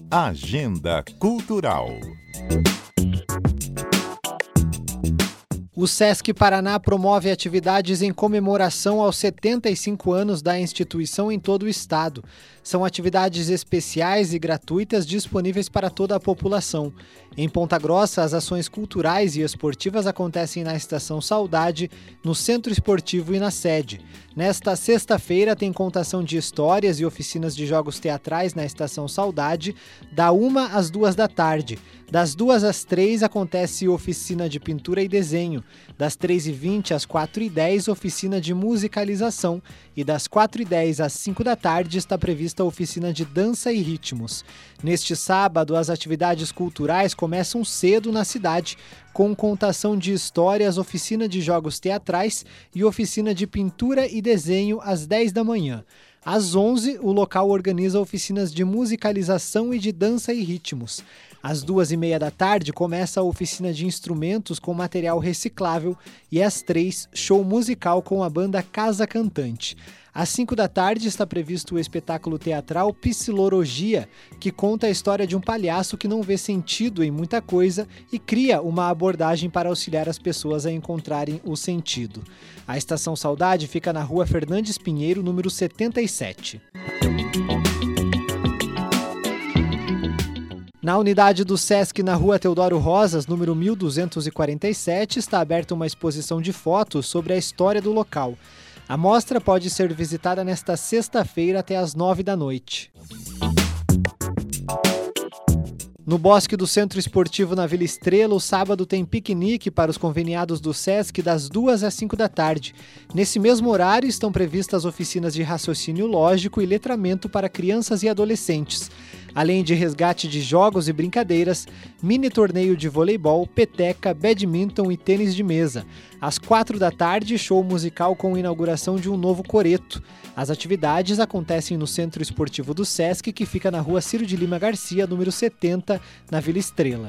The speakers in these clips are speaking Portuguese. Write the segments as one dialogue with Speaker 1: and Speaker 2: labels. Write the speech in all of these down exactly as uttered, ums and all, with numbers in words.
Speaker 1: Agenda Cultural.
Speaker 2: O Sesc Paraná promove atividades em comemoração aos setenta e cinco anos da instituição em todo o estado. São atividades especiais e gratuitas disponíveis para toda a população. Em Ponta Grossa, as ações culturais e esportivas acontecem na Estação Saudade, no Centro Esportivo e na sede. Nesta sexta-feira tem contação de histórias e oficinas de jogos teatrais na Estação Saudade, da uma às duas da tarde. Das duas às três acontece oficina de pintura e desenho. Das três e vinte às quatro e dez, oficina de musicalização. E das quatro e dez às cinco da tarde está prevista a oficina de dança e ritmos. Neste sábado, as atividades culturais começam cedo na cidade, com contação de histórias, oficina de jogos teatrais e oficina de pintura e desenho às dez da manhã. Às onze, o local organiza oficinas de musicalização e de dança e ritmos. Às duas e meia da tarde, começa a oficina de instrumentos com material reciclável e às três, show musical com a banda Casa Cantante. Às cinco da tarde está previsto o espetáculo teatral Psilorogia, que conta a história de um palhaço que não vê sentido em muita coisa e cria uma abordagem para auxiliar as pessoas a encontrarem o sentido. A Estação Saudade fica na Rua Fernandes Pinheiro, número setenta e sete. Na unidade do Sesc, na Rua Teodoro Rosas, número mil duzentos e quarenta e sete, está aberta uma exposição de fotos sobre a história do local. A mostra pode ser visitada nesta sexta-feira até às nove da noite. No Bosque do Centro Esportivo na Vila Estrela, o sábado tem piquenique para os conveniados do Sesc das duas às cinco da tarde. Nesse mesmo horário estão previstas oficinas de raciocínio lógico e letramento para crianças e adolescentes, além de resgate de jogos e brincadeiras, mini torneio de voleibol, peteca, badminton e tênis de mesa. Às quatro da tarde, show musical com inauguração de um novo coreto. As atividades acontecem no Centro Esportivo do Sesc, que fica na Rua Ciro de Lima Garcia, número setenta, na Vila Estrela.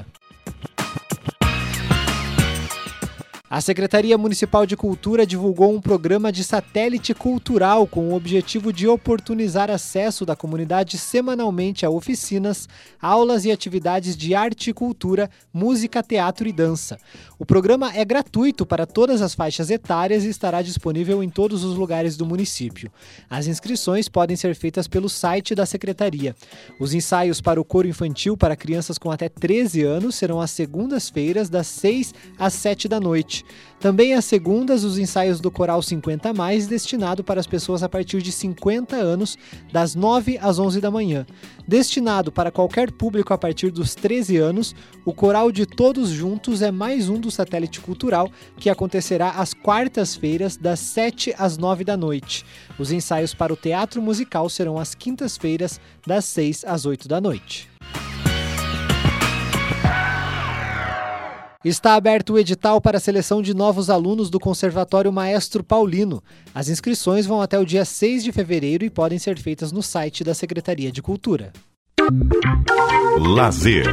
Speaker 2: A Secretaria Municipal de Cultura divulgou um programa de satélite cultural com o objetivo de oportunizar acesso da comunidade semanalmente a oficinas, aulas e atividades de arte e cultura, música, teatro e dança. O programa é gratuito para todas as faixas etárias e estará disponível em todos os lugares do município. As inscrições podem ser feitas pelo site da Secretaria. Os ensaios para o coro infantil para crianças com até treze anos serão às segundas-feiras, das seis às sete da noite. Também às segundas, os ensaios do Coral cinquenta mais, destinado para as pessoas a partir de cinquenta anos, das nove às onze da manhã. Destinado para qualquer público a partir dos treze anos, o Coral de Todos Juntos é mais um do Satélite Cultural, que acontecerá às quartas-feiras, das sete às nove da noite. Os ensaios para o teatro musical serão às quintas-feiras, das seis às oito da noite. Está aberto o edital para a seleção de novos alunos do Conservatório Maestro Paulino. As inscrições vão até o dia seis de fevereiro e podem ser feitas no site da Secretaria de Cultura.
Speaker 1: Lazer.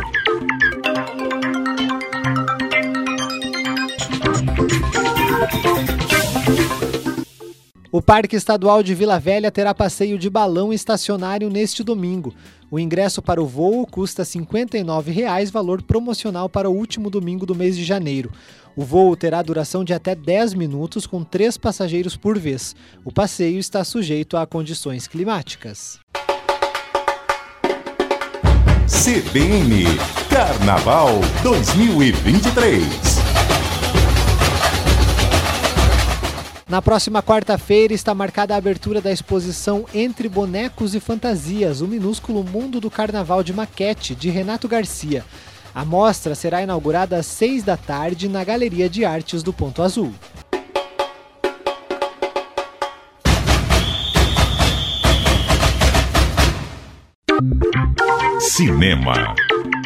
Speaker 2: O Parque Estadual de Vila Velha terá passeio de balão estacionário neste domingo. O ingresso para o voo custa cinquenta e nove reais, valor promocional para o último domingo do mês de janeiro. O voo terá duração de até dez minutos, com três passageiros por vez. O passeio está sujeito a condições climáticas.
Speaker 1: C B N Carnaval dois mil e vinte e três.
Speaker 2: Na próxima quarta-feira está marcada a abertura da exposição Entre Bonecos e Fantasias, o minúsculo mundo do carnaval de maquete, de Renato Garcia. A mostra será inaugurada às seis da tarde na Galeria de Artes do Ponto Azul.
Speaker 1: Cinema.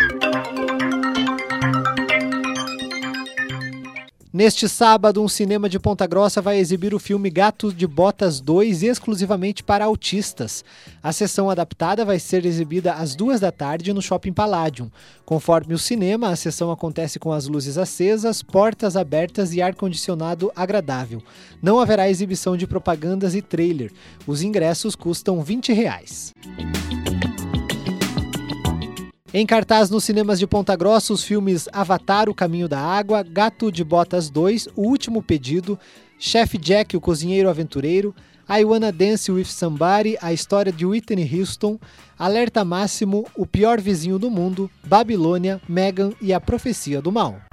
Speaker 2: Neste sábado, um cinema de Ponta Grossa vai exibir o filme Gato de Botas dois exclusivamente para autistas. A sessão adaptada vai ser exibida às duas da tarde no Shopping Palladium. Conforme o cinema, a sessão acontece com as luzes acesas, portas abertas e ar-condicionado agradável. Não haverá exibição de propagandas e trailer. Os ingressos custam vinte reais. Em cartaz nos cinemas de Ponta Grossa, os filmes Avatar, O Caminho da Água, Gato de Botas dois, O Último Pedido, Chef Jack, o Cozinheiro Aventureiro, I Wanna Dance with Somebody, A História de Whitney Houston, Alerta Máximo, O Pior Vizinho do Mundo, Babilônia, Megan e A Profecia do Mal.